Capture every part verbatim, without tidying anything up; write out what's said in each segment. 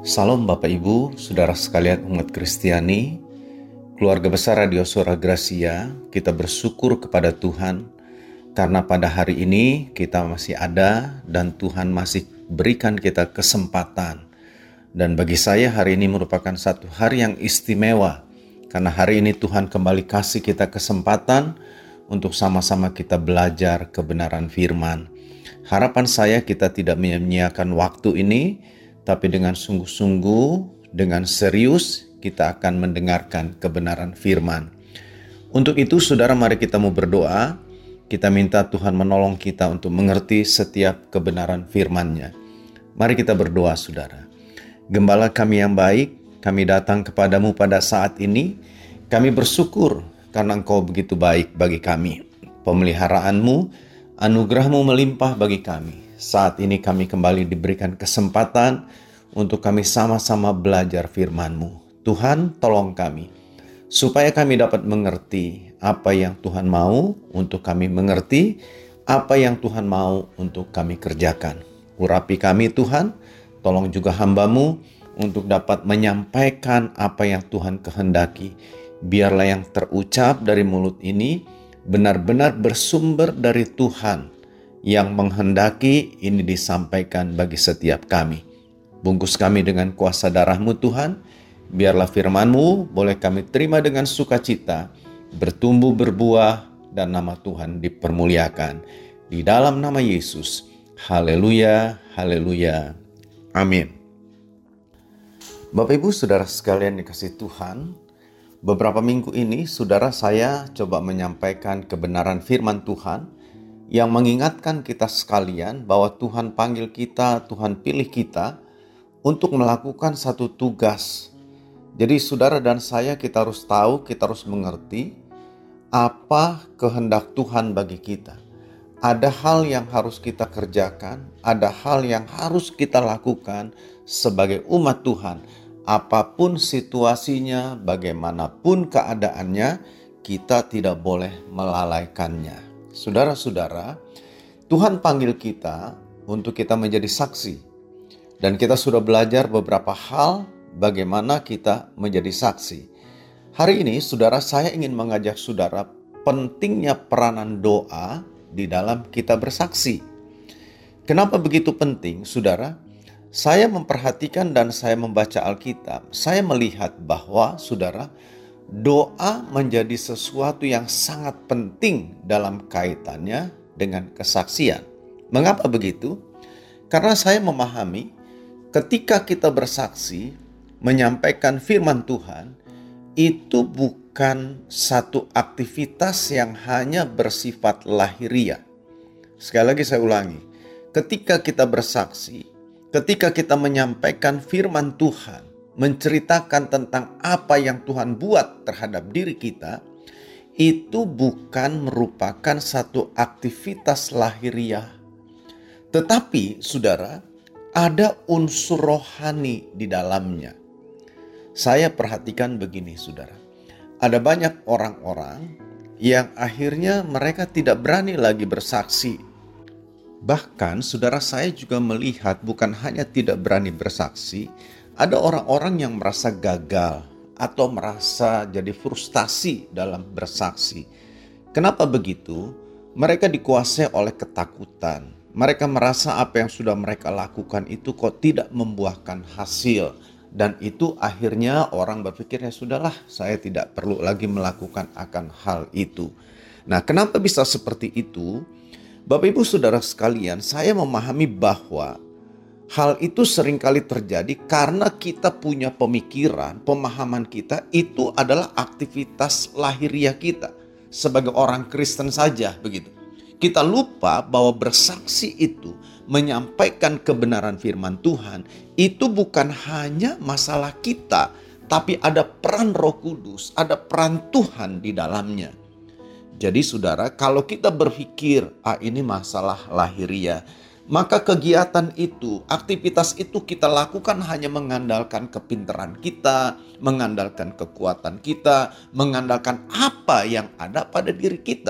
Salam Bapak Ibu, Saudara sekalian umat Kristiani, keluarga besar Radio Suara Gracia, kita bersyukur kepada Tuhan karena pada hari ini kita masih ada dan Tuhan masih berikan kita kesempatan. Dan bagi saya hari ini merupakan satu hari yang istimewa karena hari ini Tuhan kembali kasih kita kesempatan untuk sama-sama kita belajar kebenaran firman. Harapan saya kita tidak menyia-nyiakan waktu ini, tapi dengan sungguh-sungguh, dengan serius, kita akan mendengarkan kebenaran firman. Untuk itu, saudara, mari kita mau berdoa. Kita minta Tuhan menolong kita untuk mengerti setiap kebenaran firman-Nya. Mari kita berdoa, saudara. Gembala kami yang baik, kami datang kepadamu pada saat ini. Kami bersyukur karena Engkau begitu baik bagi kami. Pemeliharaanmu, anugerah-Mu melimpah bagi kami. Saat ini kami kembali diberikan kesempatan untuk kami sama-sama belajar firman-Mu. Tuhan, tolong kami, supaya kami dapat mengerti apa yang Tuhan mau untuk kami mengerti, apa yang Tuhan mau untuk kami kerjakan. Urapi kami Tuhan, tolong juga hamba-Mu untuk dapat menyampaikan apa yang Tuhan kehendaki. Biarlah yang terucap dari mulut ini benar-benar bersumber dari Tuhan, yang menghendaki ini disampaikan bagi setiap kami. Bungkus kami dengan kuasa darah-Mu Tuhan, biarlah firman-Mu boleh kami terima dengan sukacita, bertumbuh berbuah, dan nama Tuhan dipermuliakan. Di dalam nama Yesus, haleluya, haleluya, amin. Bapak Ibu Saudara sekalian dikasihi Tuhan, beberapa minggu ini saudara saya coba menyampaikan kebenaran firman Tuhan, yang mengingatkan kita sekalian bahwa Tuhan panggil kita, Tuhan pilih kita untuk melakukan satu tugas. Jadi saudara dan saya kita harus tahu, kita harus mengerti apa kehendak Tuhan bagi kita. Ada hal yang harus kita kerjakan, ada hal yang harus kita lakukan sebagai umat Tuhan. Apapun situasinya, bagaimanapun keadaannya, kita tidak boleh melalaikannya. Saudara-saudara, Tuhan panggil kita untuk kita menjadi saksi. Dan kita sudah belajar beberapa hal bagaimana kita menjadi saksi. Hari ini, saudara, saya ingin mengajak saudara pentingnya peranan doa di dalam kita bersaksi. Kenapa begitu penting, saudara? Saya memperhatikan dan saya membaca Alkitab. Saya melihat bahwa, saudara, doa menjadi sesuatu yang sangat penting dalam kaitannya dengan kesaksian. Mengapa begitu? Karena saya memahami ketika kita bersaksi, menyampaikan firman Tuhan, itu bukan satu aktivitas yang hanya bersifat lahiriah. Sekali lagi saya ulangi, ketika kita bersaksi, ketika kita menyampaikan firman Tuhan, menceritakan tentang apa yang Tuhan buat terhadap diri kita, itu bukan merupakan satu aktivitas lahiriah. Tetapi, saudara, ada unsur rohani di dalamnya. Saya perhatikan begini, saudara. Ada banyak orang-orang yang akhirnya mereka tidak berani lagi bersaksi. Bahkan, saudara, saya juga melihat bukan hanya tidak berani bersaksi, ada orang-orang yang merasa gagal atau merasa jadi frustasi dalam bersaksi. Kenapa begitu? Mereka dikuasai oleh ketakutan. Mereka merasa apa yang sudah mereka lakukan itu kok tidak membuahkan hasil. Dan itu akhirnya orang berpikir, ya sudahlah, saya tidak perlu lagi melakukan akan hal itu. Nah, kenapa bisa seperti itu? Bapak Ibu Saudara sekalian, saya memahami bahwa hal itu seringkali terjadi karena kita punya pemikiran, pemahaman kita itu adalah aktivitas lahiriah kita sebagai orang Kristen saja, begitu. Kita lupa bahwa bersaksi itu, menyampaikan kebenaran firman Tuhan, itu bukan hanya masalah kita, tapi ada peran Roh Kudus, ada peran Tuhan di dalamnya. Jadi saudara, kalau kita berpikir, ah ini masalah lahiriah, maka kegiatan itu, aktivitas itu kita lakukan hanya mengandalkan kepintaran kita, mengandalkan kekuatan kita, mengandalkan apa yang ada pada diri kita.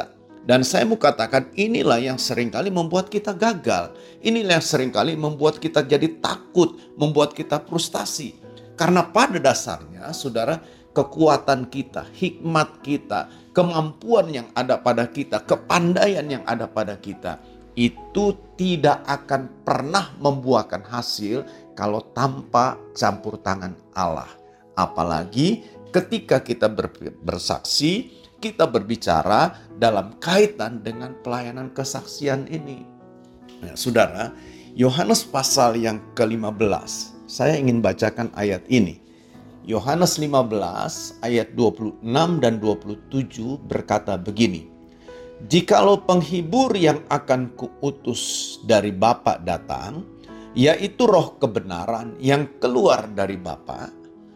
Dan saya mau katakan inilah yang seringkali membuat kita gagal. Inilah yang seringkali membuat kita jadi takut, membuat kita frustasi. Karena pada dasarnya, saudara, kekuatan kita, hikmat kita, kemampuan yang ada pada kita, kepandaian yang ada pada kita, itu tidak akan pernah membuahkan hasil kalau tanpa campur tangan Allah. Apalagi ketika kita bersaksi, kita berbicara dalam kaitan dengan pelayanan kesaksian ini. Nah, saudara, Yohanes pasal yang ke lima belas, saya ingin bacakan ayat ini. Yohanes lima belas ayat dua puluh enam dan dua puluh tujuh berkata begini. Jikalau penghibur yang akan kuutus dari Bapa datang, yaitu roh kebenaran yang keluar dari Bapa,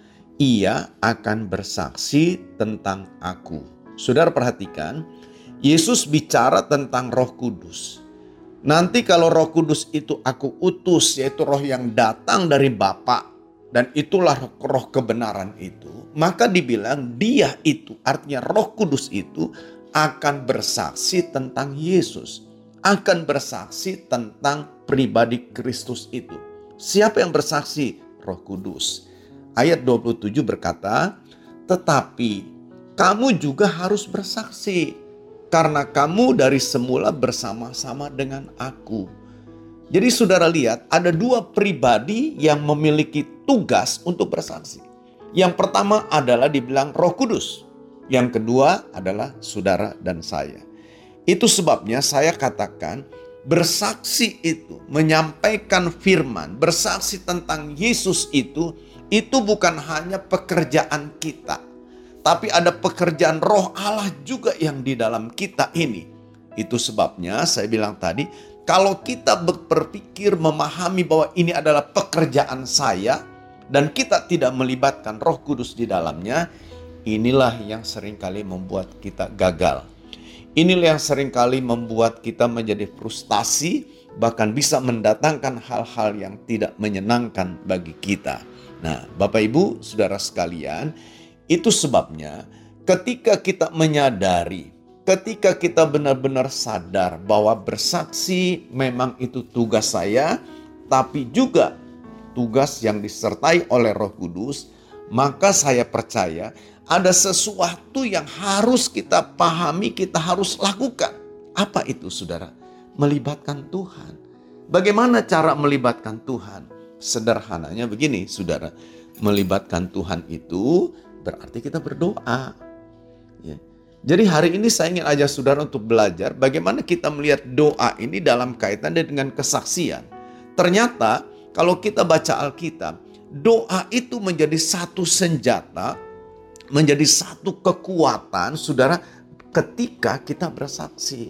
ia akan bersaksi tentang aku. Saudara perhatikan, Yesus bicara tentang Roh Kudus. Nanti kalau Roh Kudus itu aku utus, yaitu roh yang datang dari Bapa, dan itulah roh kebenaran itu, maka dibilang dia itu, artinya Roh Kudus itu akan bersaksi tentang Yesus, akan bersaksi tentang pribadi Kristus itu. Siapa yang bersaksi? Roh Kudus. Ayat dua puluh tujuh berkata, tetapi kamu juga harus bersaksi, karena kamu dari semula bersama-sama dengan aku. Jadi saudara lihat, ada dua pribadi yang memiliki tugas untuk bersaksi. Yang pertama adalah dibilang Roh Kudus. Yang kedua adalah saudara dan saya. Itu sebabnya saya katakan bersaksi itu, menyampaikan firman, bersaksi tentang Yesus itu, itu bukan hanya pekerjaan kita. Tapi ada pekerjaan Roh Allah juga yang di dalam kita ini. Itu sebabnya saya bilang tadi, kalau kita berpikir memahami bahwa ini adalah pekerjaan saya, dan kita tidak melibatkan Roh Kudus di dalamnya, inilah yang seringkali membuat kita gagal. Inilah yang seringkali membuat kita menjadi frustasi, bahkan bisa mendatangkan hal-hal yang tidak menyenangkan bagi kita. Nah, Bapak Ibu, saudara sekalian, itu sebabnya ketika kita menyadari, ketika kita benar-benar sadar bahwa bersaksi memang itu tugas saya, tapi juga tugas yang disertai oleh Roh Kudus, maka saya percaya ada sesuatu yang harus kita pahami, kita harus lakukan. Apa itu, saudara? Melibatkan Tuhan. Bagaimana cara melibatkan Tuhan? Sederhananya begini, saudara. Melibatkan Tuhan itu berarti kita berdoa. Ya. Jadi hari ini saya ingin ajak saudara untuk belajar bagaimana kita melihat doa ini dalam kaitannya dengan kesaksian. Ternyata kalau kita baca Alkitab, doa itu menjadi satu senjata, menjadi satu kekuatan, saudara, ketika kita bersaksi.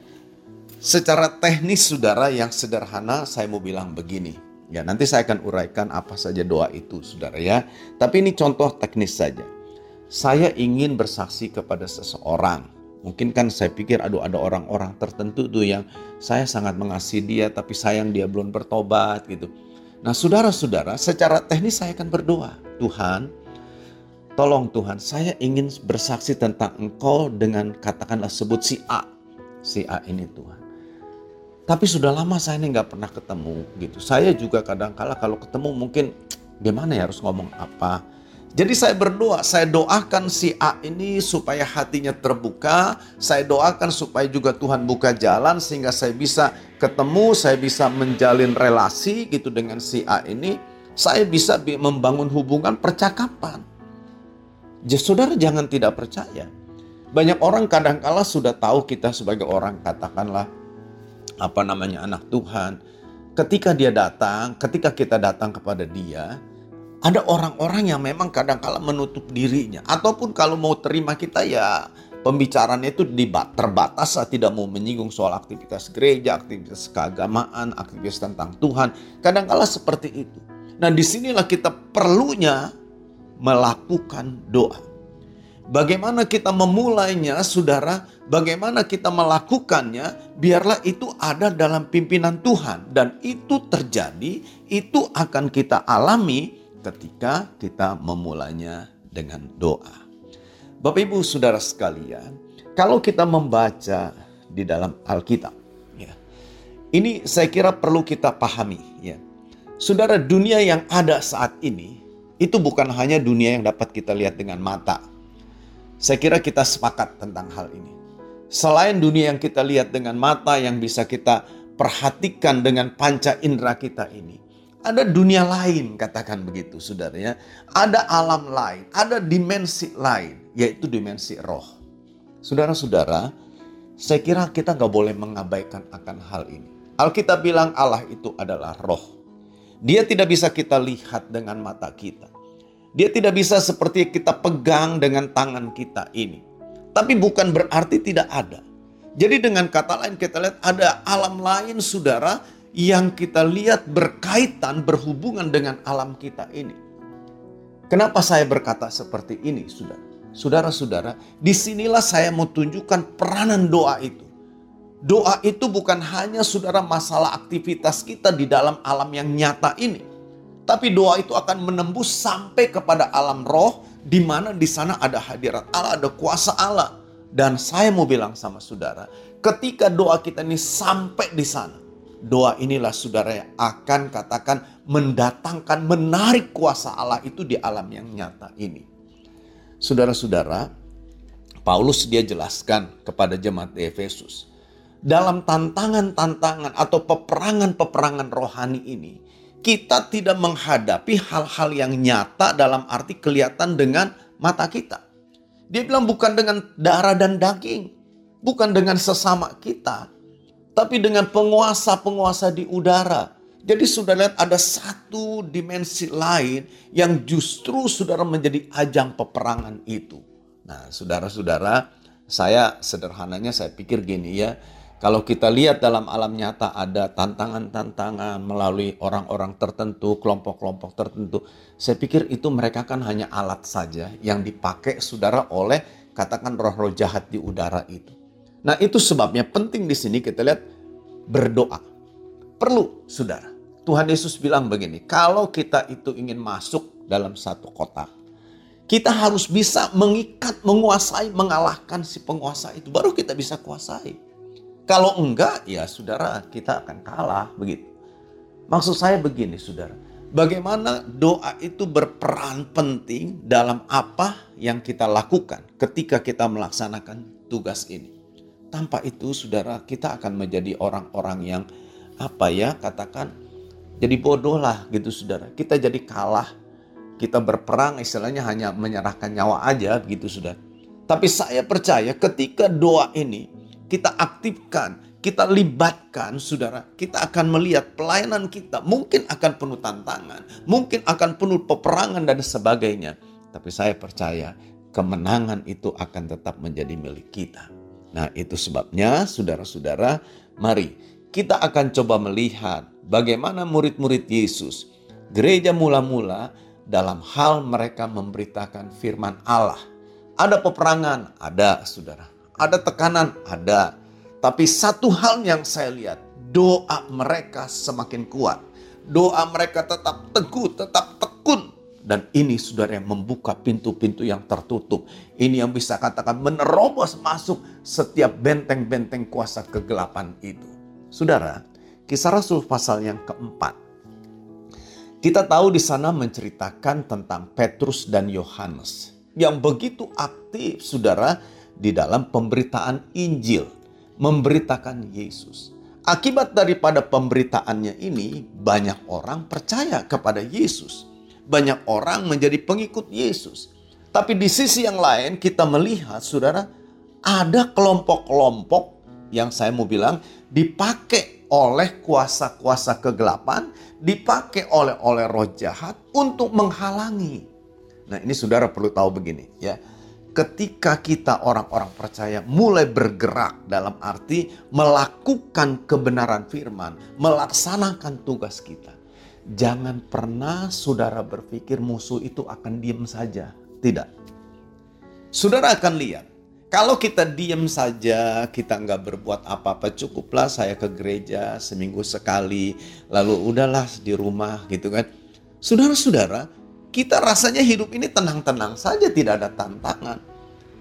Secara teknis, saudara, yang sederhana saya mau bilang begini. Ya, nanti saya akan uraikan apa saja doa itu, saudara ya. Tapi ini contoh teknis saja. Saya ingin bersaksi kepada seseorang. Mungkin kan saya pikir, aduh ada orang-orang tertentu tuh yang saya sangat mengasihi dia, tapi sayang dia belum bertobat gitu. Nah, saudara-saudara, secara teknis saya akan berdoa. Tuhan, tolong Tuhan, saya ingin bersaksi tentang Engkau dengan katakanlah sebut si A. Si A ini Tuhan. Tapi sudah lama saya ini gak pernah ketemu gitu. Saya juga kadang-kala kalau ketemu mungkin gimana ya harus ngomong apa. Jadi saya berdoa, saya doakan si A ini supaya hatinya terbuka. Saya doakan supaya juga Tuhan buka jalan sehingga saya bisa ketemu, saya bisa menjalin relasi gitu dengan si A ini. Saya bisa membangun hubungan percakapan. Saudara jangan tidak percaya. Banyak orang kadang-kala sudah tahu kita sebagai orang katakanlah apa namanya anak Tuhan. Ketika dia datang, ketika kita datang kepada dia, ada orang-orang yang memang kadang-kala menutup dirinya. Ataupun kalau mau terima kita ya pembicaraannya itu terbatas, tidak mau menyinggung soal aktivitas gereja, aktivitas keagamaan, aktivitas tentang Tuhan. Kadang-kala seperti itu. Nah, disinilah kita perlunya melakukan doa. Bagaimana kita memulainya, saudara? Bagaimana kita melakukannya? Biarlah itu ada dalam pimpinan Tuhan. Dan itu terjadi, itu akan kita alami ketika kita memulainya dengan doa. Bapak Ibu saudara sekalian, Kalau kita membaca di dalam Alkitab, ya, ini saya kira perlu kita pahami, ya. Saudara, dunia yang ada saat ini itu bukan hanya dunia yang dapat kita lihat dengan mata. Saya kira kita sepakat tentang hal ini. Selain dunia yang kita lihat dengan mata, yang bisa kita perhatikan dengan panca indera kita ini, ada dunia lain, katakan begitu, saudara, ya. Ada alam lain, ada dimensi lain, yaitu dimensi roh. Saudara-saudara, saya kira kita nggak boleh mengabaikan akan hal ini. Alkitab bilang Allah itu adalah roh. Dia tidak bisa kita lihat dengan mata kita. Dia tidak bisa seperti kita pegang dengan tangan kita ini. Tapi bukan berarti tidak ada. Jadi dengan kata lain kita lihat ada alam lain, saudara, yang kita lihat berkaitan, berhubungan dengan alam kita ini. Kenapa saya berkata seperti ini, saudara? Saudara-saudara, disinilah saya mau tunjukkan peranan doa itu. Doa itu bukan hanya, saudara, masalah aktivitas kita di dalam alam yang nyata ini. Tapi doa itu akan menembus sampai kepada alam roh, di mana di sana ada hadirat Allah, ada kuasa Allah. Dan saya mau bilang sama saudara, ketika doa kita ini sampai di sana, doa inilah, saudara, yang akan katakan mendatangkan, menarik kuasa Allah itu di alam yang nyata ini. Saudara-saudara, Paulus dia jelaskan kepada jemaat di Efesus, dalam tantangan-tantangan atau peperangan-peperangan rohani ini, kita tidak menghadapi hal-hal yang nyata dalam arti kelihatan dengan mata kita. Dia bilang bukan dengan darah dan daging, bukan dengan sesama kita, tapi dengan penguasa-penguasa di udara. Jadi saudara lihat ada satu dimensi lain yang justru saudara menjadi ajang peperangan itu. Nah, saudara-saudara, saya sederhananya saya pikir gini, ya. Kalau kita lihat dalam alam nyata ada tantangan-tantangan melalui orang-orang tertentu, kelompok-kelompok tertentu. Saya pikir itu mereka kan hanya alat saja yang dipakai, saudara, oleh katakan roh-roh jahat di udara itu. Nah, itu sebabnya penting di sini kita lihat berdoa. Perlu, saudara. Tuhan Yesus bilang begini, kalau kita itu ingin masuk dalam satu kota, kita harus bisa mengikat, menguasai, mengalahkan si penguasa itu. Baru kita bisa kuasai. Kalau enggak, ya saudara, kita akan kalah, begitu. Maksud saya begini, saudara. Bagaimana doa itu berperan penting dalam apa yang kita lakukan ketika kita melaksanakan tugas ini. Tanpa itu, saudara, kita akan menjadi orang-orang yang, apa ya, katakan, jadi bodoh lah gitu, saudara. Kita jadi kalah. Kita berperang istilahnya hanya menyerahkan nyawa aja gitu, saudara. Tapi saya percaya ketika doa ini kita aktifkan, kita libatkan, saudara, kita akan melihat pelayanan kita mungkin akan penuh tantangan, mungkin akan penuh peperangan dan sebagainya. Tapi saya percaya kemenangan itu akan tetap menjadi milik kita. Nah, itu sebabnya saudara-saudara, mari kita akan coba melihat bagaimana murid-murid Yesus, gereja mula-mula dalam hal mereka memberitakan firman Allah. Ada peperangan, ada, saudara. Ada tekanan, ada. Tapi satu hal yang saya lihat, doa mereka semakin kuat. Doa mereka tetap teguh, tetap tekun. Dan ini, saudara, yang membuka pintu-pintu yang tertutup. Ini yang bisa katakan menerobos masuk setiap benteng-benteng kuasa kegelapan itu. Saudara, Kisah Rasul pasal yang keempat. Kita tahu di sana menceritakan tentang Petrus dan Yohanes yang begitu aktif, saudara, di dalam pemberitaan Injil, memberitakan Yesus. Akibat daripada pemberitaannya ini, banyak orang percaya kepada Yesus. Banyak orang menjadi pengikut Yesus. Tapi di sisi yang lain kita melihat, saudara, ada kelompok-kelompok yang saya mau bilang dipakai oleh kuasa-kuasa kegelapan, dipakai oleh oleh roh jahat untuk menghalangi. Nah, ini saudara perlu tahu begini, ya. Ketika kita orang-orang percaya mulai bergerak dalam arti melakukan kebenaran firman, melaksanakan tugas kita, jangan pernah saudara berpikir musuh itu akan diam saja. Tidak. Saudara akan lihat, kalau kita diam saja, kita nggak berbuat apa-apa, cukuplah saya ke gereja seminggu sekali, lalu udahlah di rumah gitu kan. Saudara-saudara, kita rasanya hidup ini tenang-tenang saja, tidak ada tantangan.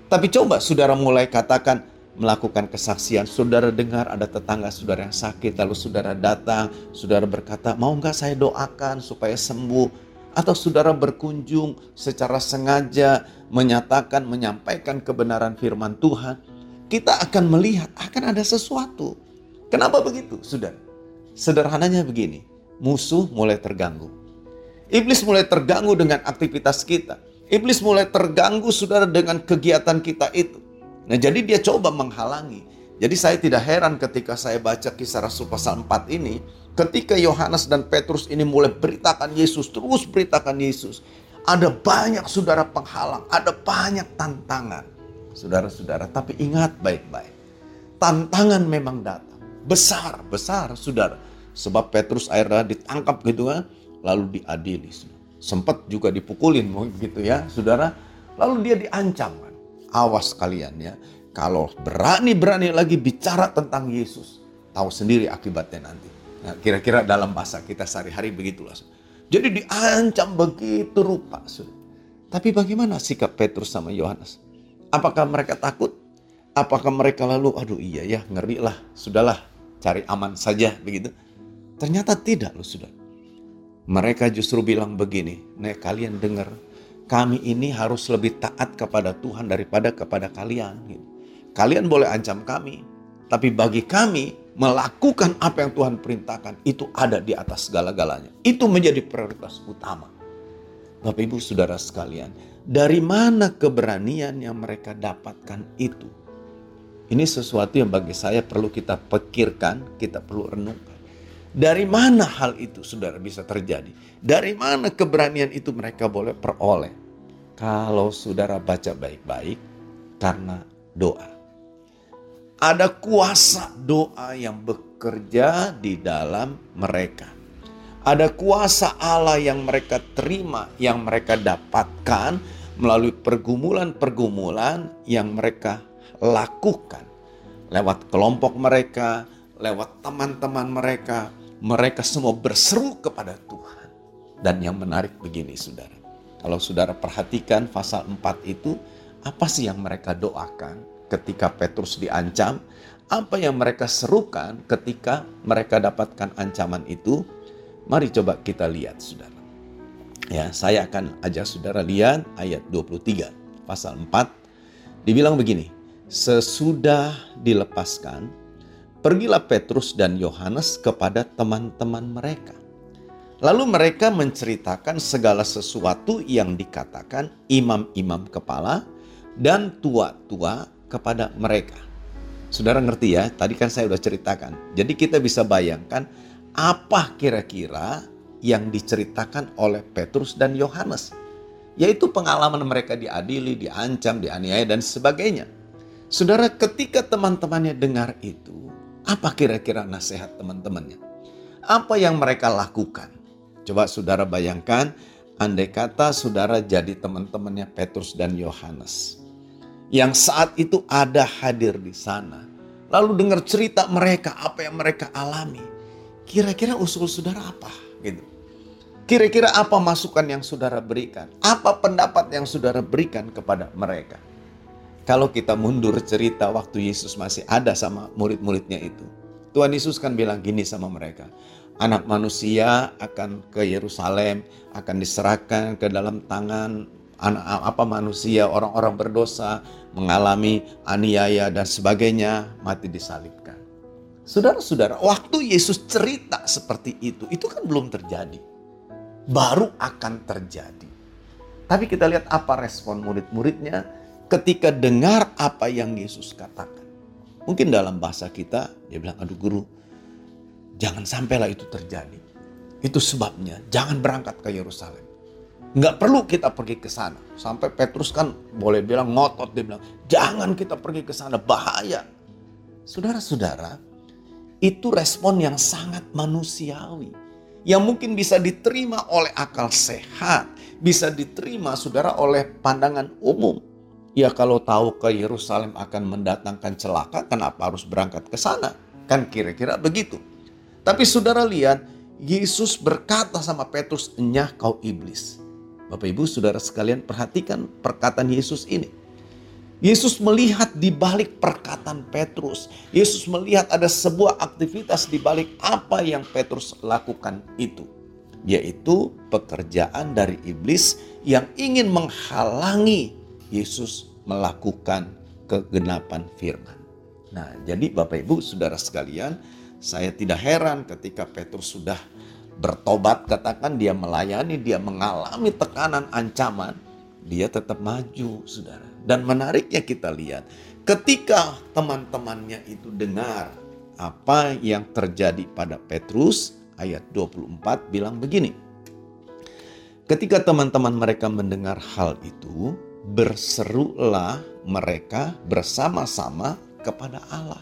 Tapi coba saudara mulai katakan, melakukan kesaksian. Saudara dengar ada tetangga saudara yang sakit, lalu saudara datang, saudara berkata, mau nggak saya doakan supaya sembuh? Atau saudara berkunjung secara sengaja menyatakan, menyampaikan kebenaran firman Tuhan. Kita akan melihat akan ada sesuatu. Kenapa begitu, saudara? Sederhananya begini, musuh mulai terganggu. Iblis mulai terganggu dengan aktivitas kita. Iblis mulai terganggu, saudara, dengan kegiatan kita itu. Nah, jadi dia coba menghalangi. Jadi saya tidak heran ketika saya baca Kisah Rasul pasal empat ini, ketika Yohanes dan Petrus ini mulai beritakan Yesus, terus beritakan Yesus. Ada banyak saudara penghalang, ada banyak tantangan. Saudara-saudara, tapi ingat baik-baik. Tantangan memang datang. Besar, besar saudara. Sebab Petrus akhirnya ditangkap gitu kan, lalu diadili. Sempat juga dipukulin gitu ya saudara. Lalu dia diancam kan. Awas kalian ya. Kalau berani-berani lagi bicara tentang Yesus, tahu sendiri akibatnya nanti. Nah, kira-kira dalam bahasa kita sehari-hari begitulah. Jadi diancam begitu rupa. Saudara. Tapi bagaimana sikap Petrus sama Yohanes? Apakah mereka takut? Apakah mereka lalu, aduh iya ya, ngeri lah, sudahlah, cari aman saja begitu? Ternyata tidak loh saudara. Mereka justru bilang begini, nek kalian dengar, kami ini harus lebih taat kepada Tuhan daripada kepada kalian. Gitu. Kalian boleh ancam kami, tapi bagi kami melakukan apa yang Tuhan perintahkan itu ada di atas segala-galanya. Itu menjadi prioritas utama. Bapak Ibu Saudara sekalian, dari mana keberanian yang mereka dapatkan itu? Ini sesuatu yang bagi saya perlu kita pikirkan, kita perlu renungkan. Dari mana hal itu saudara bisa terjadi? Dari mana keberanian itu mereka boleh peroleh? Kalau saudara baca baik-baik, karena doa. Ada kuasa doa yang bekerja di dalam mereka. Ada kuasa Allah yang mereka terima, yang mereka dapatkan melalui pergumulan-pergumulan yang mereka lakukan. Lewat kelompok mereka, lewat teman-teman mereka, mereka semua berseru kepada Tuhan. Dan yang menarik begini saudara. Kalau saudara perhatikan pasal empat itu, apa sih yang mereka doakan ketika Petrus diancam? Apa yang mereka serukan ketika mereka dapatkan ancaman itu? Mari coba kita lihat saudara. Ya, saya akan ajak saudara lihat ayat dua puluh tiga pasal empat. Dibilang begini, sesudah dilepaskan, pergilah Petrus dan Yohanes kepada teman-teman mereka. Lalu mereka menceritakan segala sesuatu yang dikatakan imam-imam kepala dan tua-tua kepada mereka. Saudara ngerti ya, tadi kan saya sudah ceritakan. Jadi kita bisa bayangkan apa kira-kira yang diceritakan oleh Petrus dan Yohanes. Yaitu pengalaman mereka diadili, diancam, dianiaya dan sebagainya. Saudara, ketika teman-temannya dengar itu, apa kira-kira nasihat teman-temannya? Apa yang mereka lakukan? Coba saudara bayangkan, andai kata saudara jadi teman-temannya Petrus dan Yohanes. Yang saat itu ada hadir di sana. Lalu dengar cerita mereka, apa yang mereka alami. Kira-kira usul saudara apa? Gitu. Kira-kira apa masukan yang saudara berikan? Apa pendapat yang saudara berikan kepada mereka? Kalau kita mundur cerita waktu Yesus masih ada sama murid-muridnya itu. Tuhan Yesus kan bilang gini sama mereka. Anak manusia akan ke Yerusalem, akan diserahkan ke dalam tangan anak apa manusia, orang-orang berdosa, mengalami aniaya dan sebagainya, mati disalibkan. Saudara-saudara, waktu Yesus cerita seperti itu, itu kan belum terjadi. Baru akan terjadi. Tapi kita lihat apa respon murid-muridnya ketika dengar apa yang Yesus katakan. Mungkin dalam bahasa kita, dia bilang, aduh guru, jangan sampailah itu terjadi. Itu sebabnya, jangan berangkat ke Yerusalem. Nggak perlu kita pergi ke sana. Sampai Petrus kan boleh bilang ngotot, dia bilang, jangan kita pergi ke sana, bahaya. Saudara-saudara, itu respon yang sangat manusiawi. Yang mungkin bisa diterima oleh akal sehat. Bisa diterima saudara oleh pandangan umum. Ya kalau tahu ke Yerusalem akan mendatangkan celaka, kenapa harus berangkat ke sana? Kan kira-kira begitu. Tapi saudara lihat, Yesus berkata sama Petrus, enyah kau iblis. Bapak Ibu saudara sekalian perhatikan perkataan Yesus ini. Yesus melihat di balik perkataan Petrus. Yesus melihat ada sebuah aktivitas di balik apa yang Petrus lakukan itu. Yaitu pekerjaan dari iblis yang ingin menghalangi Yesus melakukan kegenapan firman. Nah, jadi Bapak Ibu Saudara sekalian, saya tidak heran ketika Petrus sudah bertobat, katakan dia melayani, dia mengalami tekanan, ancaman, dia tetap maju, Saudara. Dan menariknya kita lihat, ketika teman-temannya itu dengar apa yang terjadi pada Petrus, ayat dua puluh empat bilang begini. Ketika teman-teman mereka mendengar hal itu, berserulah mereka bersama-sama kepada Allah.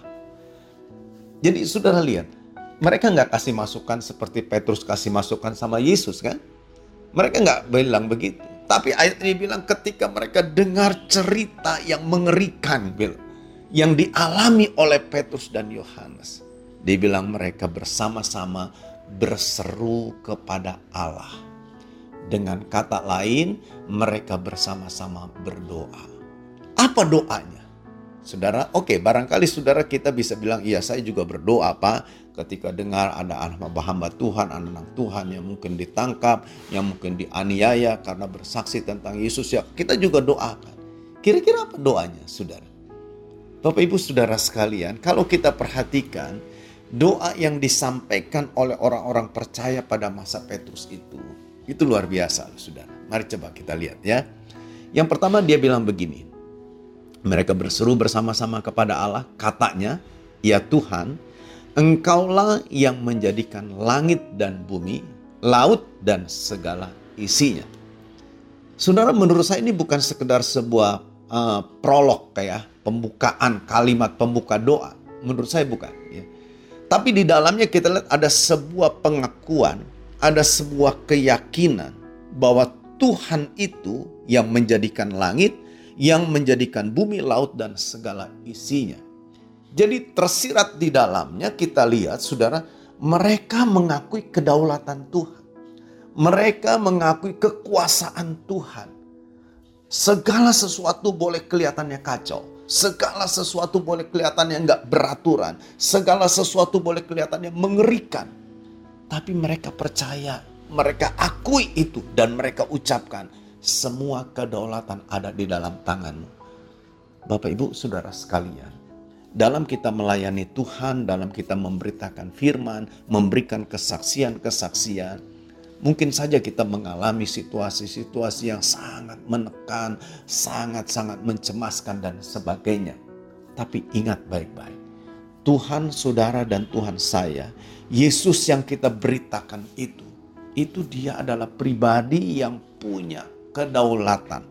Jadi saudara lihat, mereka nggak kasih masukan seperti Petrus kasih masukan sama Yesus kan? Mereka nggak bilang begitu. Tapi ayat ini bilang ketika mereka dengar cerita yang mengerikan yang dialami oleh Petrus dan Yohanes. Dia bilang mereka bersama-sama berseru kepada Allah. Dengan kata lain, mereka bersama-sama berdoa. Apa doanya? Saudara, oke, okay, barangkali saudara kita bisa bilang, iya saya juga berdoa Pak. Ketika dengar ada hamba Tuhan, anak-anak Tuhan yang mungkin ditangkap, yang mungkin dianiaya karena bersaksi tentang Yesus, ya kita juga doakan. Kira-kira apa doanya, saudara? Bapak Ibu Saudara sekalian, kalau kita perhatikan, doa yang disampaikan oleh orang-orang percaya pada masa Petrus itu, itu luar biasa, saudara. Mari coba kita lihat ya. Yang pertama dia bilang begini, mereka berseru bersama-sama kepada Allah, katanya, ya Tuhan, Engkaulah yang menjadikan langit dan bumi, laut dan segala isinya. Saudara, menurut saya ini bukan sekedar sebuah uh, prolog kayak pembukaan kalimat pembuka doa. Menurut saya bukan. Ya. Tapi di dalamnya kita lihat ada sebuah pengakuan, ada sebuah keyakinan bahwa Tuhan itu yang menjadikan langit, yang menjadikan bumi, laut dan segala isinya. Jadi tersirat di dalamnya kita lihat saudara, mereka mengakui kedaulatan Tuhan. Mereka mengakui kekuasaan Tuhan. Segala sesuatu boleh kelihatannya kacau. Segala sesuatu boleh kelihatannya enggak beraturan. Segala sesuatu boleh kelihatannya mengerikan. Tapi mereka percaya, mereka akui itu dan mereka ucapkan, semua kedaulatan ada di dalam tanganmu. Bapak Ibu Saudara sekalian, dalam kita melayani Tuhan, dalam kita memberitakan firman, memberikan kesaksian-kesaksian, mungkin saja kita mengalami situasi-situasi yang sangat menekan, sangat-sangat mencemaskan dan sebagainya. Tapi ingat baik-baik, Tuhan saudara dan Tuhan saya, Yesus yang kita beritakan itu, itu dia adalah pribadi yang punya kedaulatan.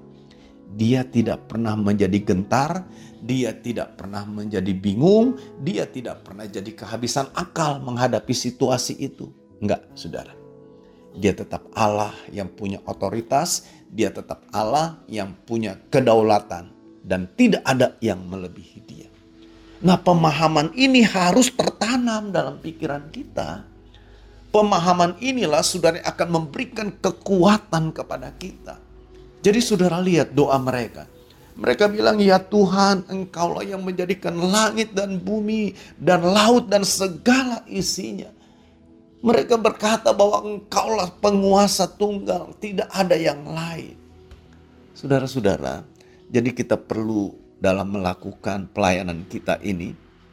Dia tidak pernah menjadi gentar, dia tidak pernah menjadi bingung, dia tidak pernah jadi kehabisan akal menghadapi situasi itu. Enggak, saudara. Dia tetap Allah yang punya otoritas, dia tetap Allah yang punya kedaulatan, dan tidak ada yang melebihi dia. Nah, pemahaman ini harus tertanam dalam pikiran kita. Pemahaman inilah saudara akan memberikan kekuatan kepada kita. Jadi saudara lihat doa mereka. Mereka bilang, ya Tuhan, Engkaulah yang menjadikan langit dan bumi dan laut dan segala isinya. Mereka berkata bahwa Engkaulah penguasa tunggal, tidak ada yang lain. Saudara-saudara, jadi kita perlu dalam melakukan pelayanan kita ini,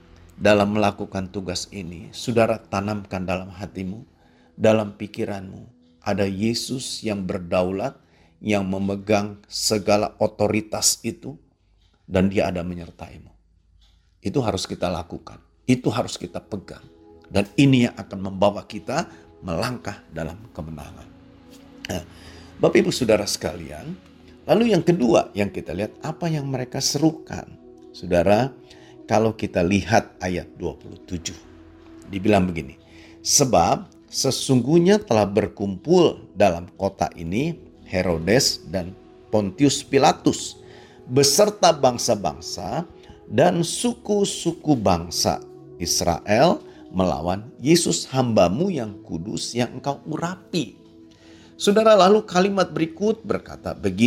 dalam melakukan tugas ini, saudara tanamkan dalam hatimu, dalam pikiranmu, ada Yesus yang berdaulat, yang memegang segala otoritas itu, dan dia ada menyertaimu. Itu harus kita lakukan, itu harus kita pegang, dan ini yang akan membawa kita melangkah dalam kemenangan. Nah, Bapak Ibu Saudara sekalian, lalu yang kedua yang kita lihat, apa yang mereka serukan. Saudara, kalau kita lihat ayat dua puluh tujuh, dibilang begini, sebab sesungguhnya telah berkumpul dalam kota ini Herodes dan Pontius Pilatus beserta bangsa-bangsa dan suku-suku bangsa Israel melawan Yesus hambamu yang kudus yang engkau urapi. Saudara, lalu kalimat berikut berkata begini,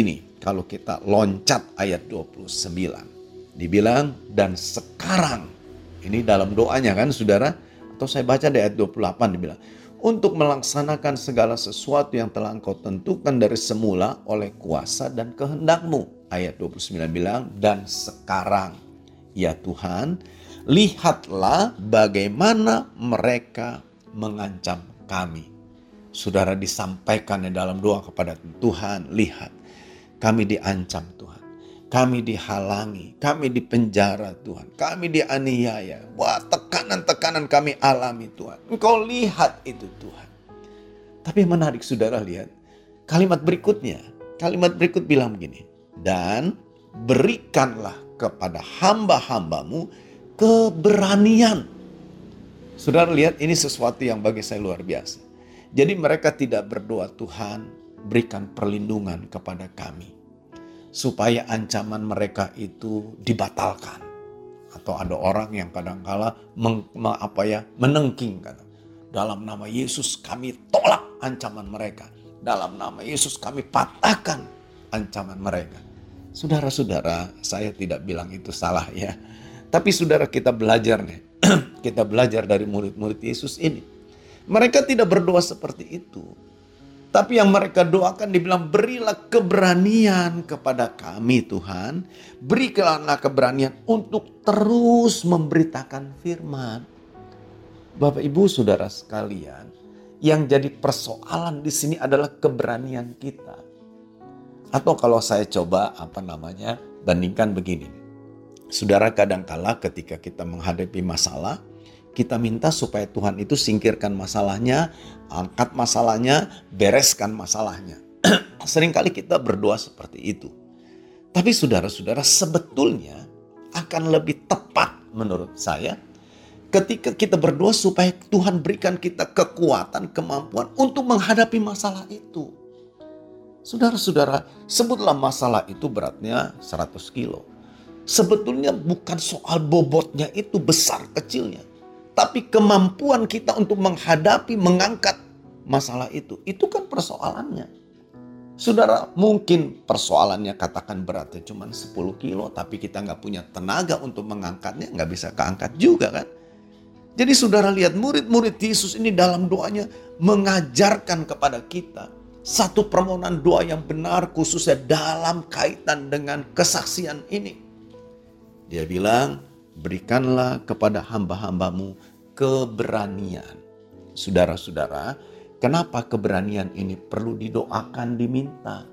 kalau kita loncat ayat dua puluh sembilan. Dibilang, dan sekarang. Ini dalam doanya kan saudara. Atau saya baca di ayat dua puluh delapan dibilang, untuk melaksanakan segala sesuatu yang telah engkau tentukan dari semula oleh kuasa dan kehendakmu. Ayat dua puluh sembilan bilang, dan sekarang ya Tuhan, lihatlah bagaimana mereka mengancam kami. Saudara, disampaikan di dalam doa kepada Tuhan, lihat kami diancam Tuhan. Kami dihalangi, kami dipenjara Tuhan. Kami dianiaya. Wah, tekanan-tekanan kami alami Tuhan. Engkau lihat itu Tuhan. Tapi menarik saudara lihat. Kalimat berikutnya. Kalimat berikut bilang begini. Dan berikanlah kepada hamba-hambamu keberanian. Saudara lihat, ini sesuatu yang bagi saya luar biasa. Jadi mereka tidak berdoa, Tuhan berikan perlindungan kepada kami. Supaya ancaman mereka itu dibatalkan. Atau ada orang yang kadangkala meng, apa ya, menengking. Dalam nama Yesus kami tolak ancaman mereka. Dalam nama Yesus kami patahkan ancaman mereka. Saudara-saudara, saya tidak bilang itu salah ya. Tapi saudara, kita belajar nih. Kita belajar dari murid-murid Yesus ini. Mereka tidak berdoa seperti itu. Tapi yang mereka doakan dibilang, berilah keberanian kepada kami Tuhan. Berikanlah keberanian untuk terus memberitakan firman. Bapak Ibu Saudara sekalian, yang jadi persoalan di sini adalah keberanian kita. Atau kalau saya coba apa namanya bandingkan begini. Saudara, kadangkala ketika kita menghadapi masalah, kita minta supaya Tuhan itu singkirkan masalahnya, angkat masalahnya, bereskan masalahnya. Seringkali kita berdoa seperti itu. Tapi saudara-saudara, sebetulnya akan lebih tepat menurut saya ketika kita berdoa supaya Tuhan berikan kita kekuatan, kemampuan untuk menghadapi masalah itu. Saudara-saudara, sebutlah masalah itu beratnya seratus kilo. Sebetulnya bukan soal bobotnya itu besar kecilnya. Tapi kemampuan kita untuk menghadapi, mengangkat masalah itu. Itu kan persoalannya. Saudara, mungkin persoalannya katakan beratnya cuma sepuluh kilo. Tapi kita nggak punya tenaga untuk mengangkatnya. Nggak bisa keangkat juga kan. Jadi saudara lihat murid-murid Yesus ini dalam doanya mengajarkan kepada kita. Satu permohonan doa yang benar khususnya dalam kaitan dengan kesaksian ini. Dia bilang, berikanlah kepada hamba-hambamu keberanian. Saudara-saudara, kenapa keberanian ini perlu didoakan, diminta?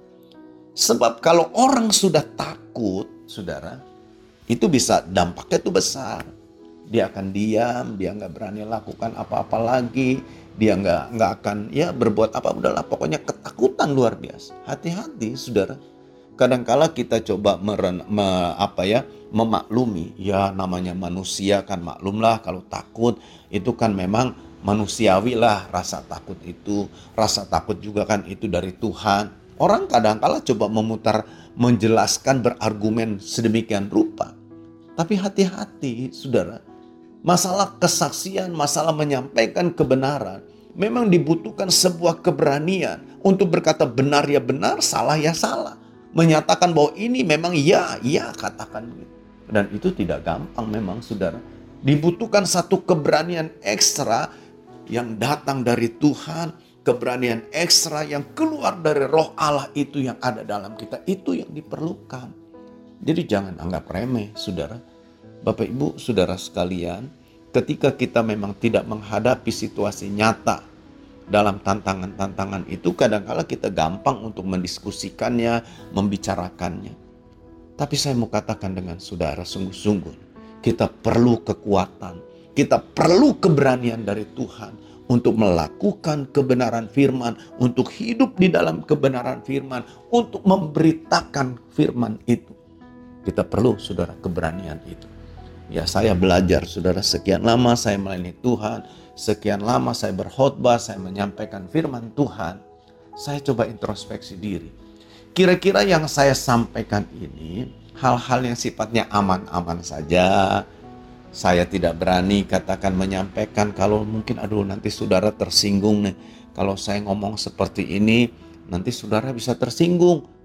Sebab kalau orang sudah takut, saudara, itu bisa dampaknya itu besar. Dia akan diam, dia nggak berani lakukan apa-apa lagi, dia nggak nggak akan ya berbuat apa, udahlah pokoknya ketakutan luar biasa. Hati-hati, saudara. Kadangkala kita coba meren, me, apa ya, memaklumi, ya namanya manusia kan maklumlah kalau takut itu kan memang manusiawi lah rasa takut itu, rasa takut juga kan itu dari Tuhan. Orang kadangkala coba memutar, menjelaskan, berargumen sedemikian rupa. Tapi hati-hati saudara, masalah kesaksian, masalah menyampaikan kebenaran memang dibutuhkan sebuah keberanian untuk berkata benar ya benar, salah ya salah. Menyatakan bahwa ini memang ya, ya katakan gitu. Dan itu tidak gampang memang saudara. Dibutuhkan satu keberanian ekstra yang datang dari Tuhan. Keberanian ekstra yang keluar dari roh Allah itu yang ada dalam kita. Itu yang diperlukan. Jadi jangan anggap remeh saudara. Bapak Ibu saudara sekalian. Ketika kita memang tidak menghadapi situasi nyata dalam tantangan-tantangan itu, kadang-kala kita gampang untuk mendiskusikannya, membicarakannya. Tapi saya mau katakan dengan saudara sungguh-sungguh, kita perlu kekuatan, kita perlu keberanian dari Tuhan untuk melakukan kebenaran firman, untuk hidup di dalam kebenaran firman, untuk memberitakan firman itu. Kita perlu saudara keberanian itu. Ya, saya belajar saudara, sekian lama saya melayani Tuhan, sekian lama saya berkhotbah, saya menyampaikan firman Tuhan. Saya coba introspeksi diri. Kira-kira yang saya sampaikan ini hal-hal yang sifatnya aman-aman saja. Saya tidak berani katakan menyampaikan kalau mungkin aduh nanti saudara tersinggung nih. Kalau saya ngomong seperti ini nanti saudara bisa tersinggung.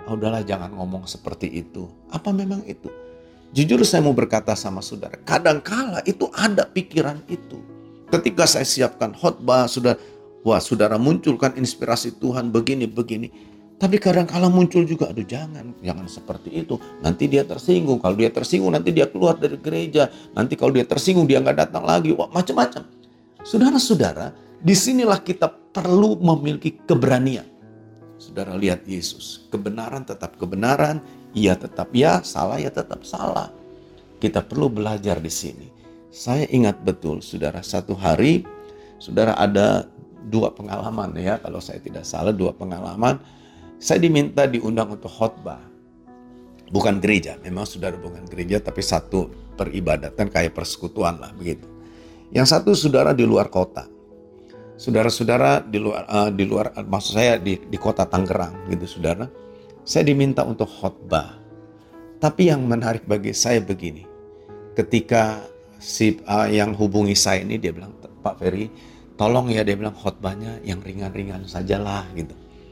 "Ah, udahlah jangan ngomong seperti itu." Apa memang itu? Jujur saya mau berkata sama saudara, kadangkala itu ada pikiran itu. Ketika saya siapkan khotbah, sudah wah saudara munculkan inspirasi Tuhan begini-begini. Tapi kadang-kala muncul juga, aduh jangan, jangan seperti itu. Nanti dia tersinggung, kalau dia tersinggung nanti dia keluar dari gereja. Nanti kalau dia tersinggung dia nggak datang lagi, wah macam-macam. Saudara-saudara, disinilah kita perlu memiliki keberanian. Saudara lihat Yesus, kebenaran tetap kebenaran, iya tetap ya, salah ya tetap salah. Kita perlu belajar di sini. Saya ingat betul, saudara, satu hari, saudara ada dua pengalaman ya, kalau saya tidak salah dua pengalaman. Saya diminta diundang untuk khotbah. Bukan gereja, memang saudara bukan gereja, tapi satu peribadatan kayak persekutuan lah begitu. Yang satu saudara di luar kota. Saudara-saudara di luar, uh, di luar maksud saya di, di kota Tangerang gitu saudara. Saya diminta untuk khotbah. Tapi yang menarik bagi saya begini. Ketika si uh, yang hubungi saya ini dia bilang, "Pak Ferry, tolong ya," dia bilang, "khotbahnya yang ringan-ringan sajalah," gitu.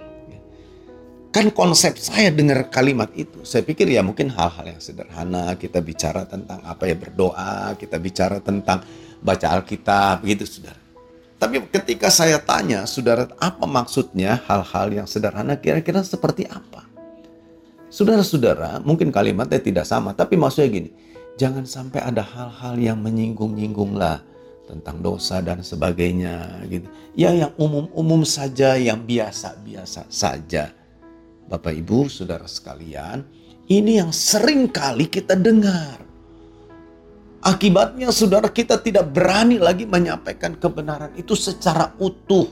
Kan konsep saya dengar kalimat itu, saya pikir ya mungkin hal-hal yang sederhana, kita bicara tentang apa ya, berdoa, kita bicara tentang baca Alkitab, begitu saudara. Tapi ketika saya tanya, saudara, apa maksudnya hal-hal yang sederhana, kira-kira seperti apa? Saudara-saudara, mungkin kalimatnya tidak sama, tapi maksudnya gini, jangan sampai ada hal-hal yang menyinggung-nyinggung lah tentang dosa dan sebagainya gitu. Ya yang umum-umum saja, yang biasa-biasa saja. Bapak Ibu, saudara sekalian, ini yang sering kali kita dengar. Akibatnya saudara kita tidak berani lagi menyampaikan kebenaran itu secara utuh.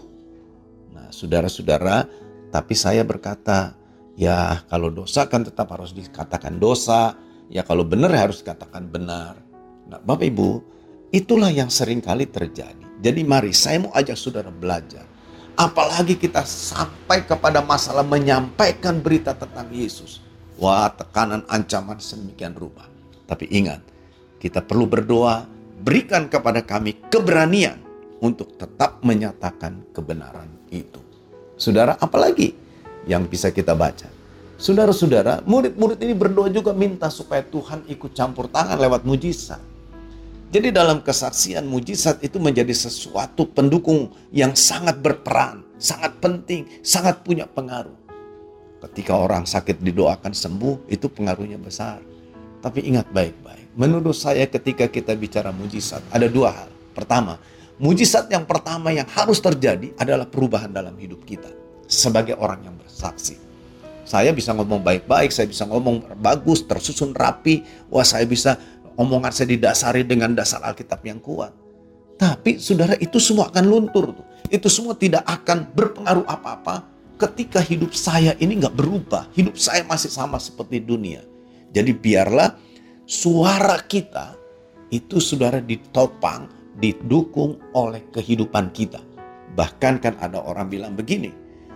Nah saudara-saudara, tapi saya berkata, ya kalau dosa kan tetap harus dikatakan dosa. Ya kalau benar harus dikatakan benar. Nah Bapak Ibu, itulah yang sering kali terjadi. Jadi mari saya mau ajak saudara belajar. Apalagi kita sampai kepada masalah menyampaikan berita tentang Yesus. Wah, tekanan, ancaman sedemikian rupa. Tapi ingat, kita perlu berdoa, berikan kepada kami keberanian untuk tetap menyatakan kebenaran itu. Saudara, apalagi yang bisa kita baca? Saudara-saudara, murid-murid ini berdoa juga minta supaya Tuhan ikut campur tangan lewat mujizat. Jadi dalam kesaksian, mujizat itu menjadi sesuatu pendukung yang sangat berperan, sangat penting, sangat punya pengaruh. Ketika orang sakit didoakan sembuh, itu pengaruhnya besar. Tapi ingat baik-baik, menurut saya ketika kita bicara mujizat, ada dua hal. Pertama, mujizat yang pertama yang harus terjadi adalah perubahan dalam hidup kita. Sebagai orang yang bersaksi. Saya bisa ngomong baik-baik, saya bisa ngomong bagus, tersusun rapi, wah saya bisa... Omongan saya didasari dengan dasar Alkitab yang kuat. Tapi saudara, itu semua akan luntur tuh. Itu semua tidak akan berpengaruh apa-apa ketika hidup saya ini gak berubah. Hidup saya masih sama seperti dunia. Jadi biarlah suara kita itu saudara ditopang, didukung oleh kehidupan kita. Bahkan kan ada orang bilang begini,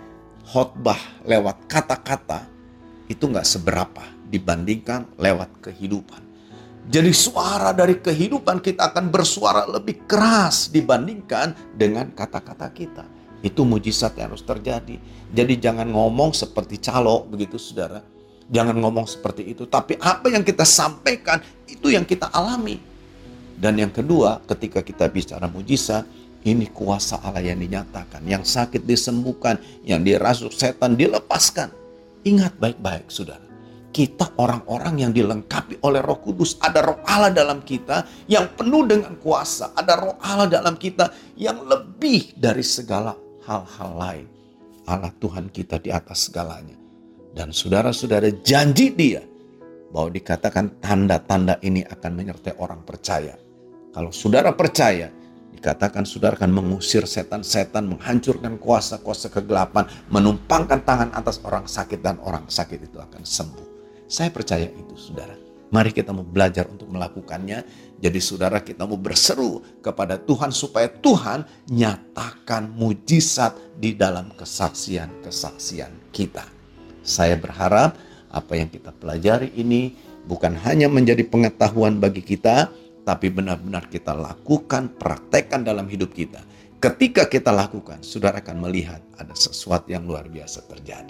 khotbah lewat kata-kata itu gak seberapa dibandingkan lewat kehidupan. Jadi suara dari kehidupan kita akan bersuara lebih keras dibandingkan dengan kata-kata kita. Itu mujizat yang harus terjadi. Jadi jangan ngomong seperti calo begitu saudara. Jangan ngomong seperti itu. Tapi apa yang kita sampaikan itu yang kita alami. Dan yang kedua, ketika kita bicara mujizat, ini kuasa Allah yang dinyatakan. Yang sakit disembuhkan, yang dirasuk setan dilepaskan. Ingat baik-baik saudara. Kita orang-orang yang dilengkapi oleh Roh Kudus. Ada Roh Allah dalam kita yang penuh dengan kuasa. Ada Roh Allah dalam kita yang lebih dari segala hal-hal lain. Allah Tuhan kita di atas segalanya. Dan saudara-saudara, janji Dia bahwa dikatakan tanda-tanda ini akan menyertai orang percaya. Kalau saudara percaya, dikatakan saudara akan mengusir setan-setan, menghancurkan kuasa-kuasa kegelapan, menumpangkan tangan atas orang sakit dan orang sakit itu akan sembuh. Saya percaya itu saudara. Mari kita mau belajar untuk melakukannya. Jadi saudara, kita mau berseru kepada Tuhan supaya Tuhan nyatakan mujizat di dalam kesaksian-kesaksian kita. Saya berharap apa yang kita pelajari ini bukan hanya menjadi pengetahuan bagi kita, tapi benar-benar kita lakukan, praktekkan dalam hidup kita. Ketika kita lakukan, saudara akan melihat ada sesuatu yang luar biasa terjadi.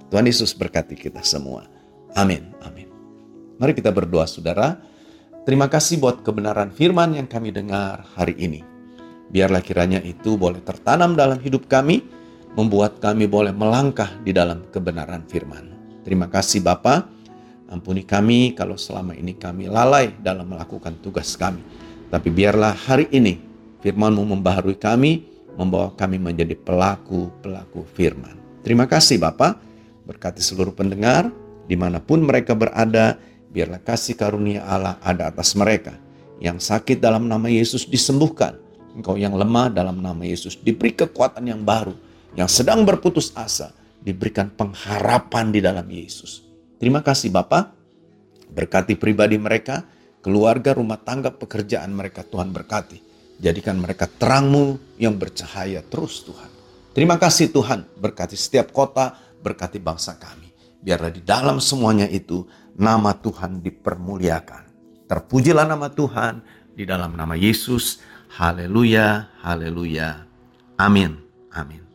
Tuhan Yesus berkati kita semua. Amin. Amin. Mari kita berdoa, saudara. Terima kasih buat kebenaran firman yang kami dengar hari ini. Biarlah kiranya itu boleh tertanam dalam hidup kami, membuat kami boleh melangkah di dalam kebenaran firman. Terima kasih Bapa. Ampuni kami kalau selama ini kami lalai dalam melakukan tugas kami. Tapi biarlah hari ini firman-Mu membaharui kami, membawa kami menjadi pelaku-pelaku firman. Terima kasih Bapa. Berkati seluruh pendengar, dimanapun mereka berada, biarlah kasih karunia Allah ada atas mereka. Yang sakit dalam nama Yesus disembuhkan. Engkau yang lemah dalam nama Yesus diberi kekuatan yang baru. Yang sedang berputus asa diberikan pengharapan di dalam Yesus. Terima kasih Bapa. Berkati pribadi mereka, keluarga, rumah tangga, pekerjaan mereka Tuhan berkati. Jadikan mereka terang-Mu yang bercahaya terus Tuhan. Terima kasih Tuhan, berkati setiap kota, berkati bangsa kami. Biarlah di dalam semuanya itu nama Tuhan dipermuliakan. Terpujilah nama Tuhan di dalam nama Yesus. Haleluya, haleluya. Amin, amin.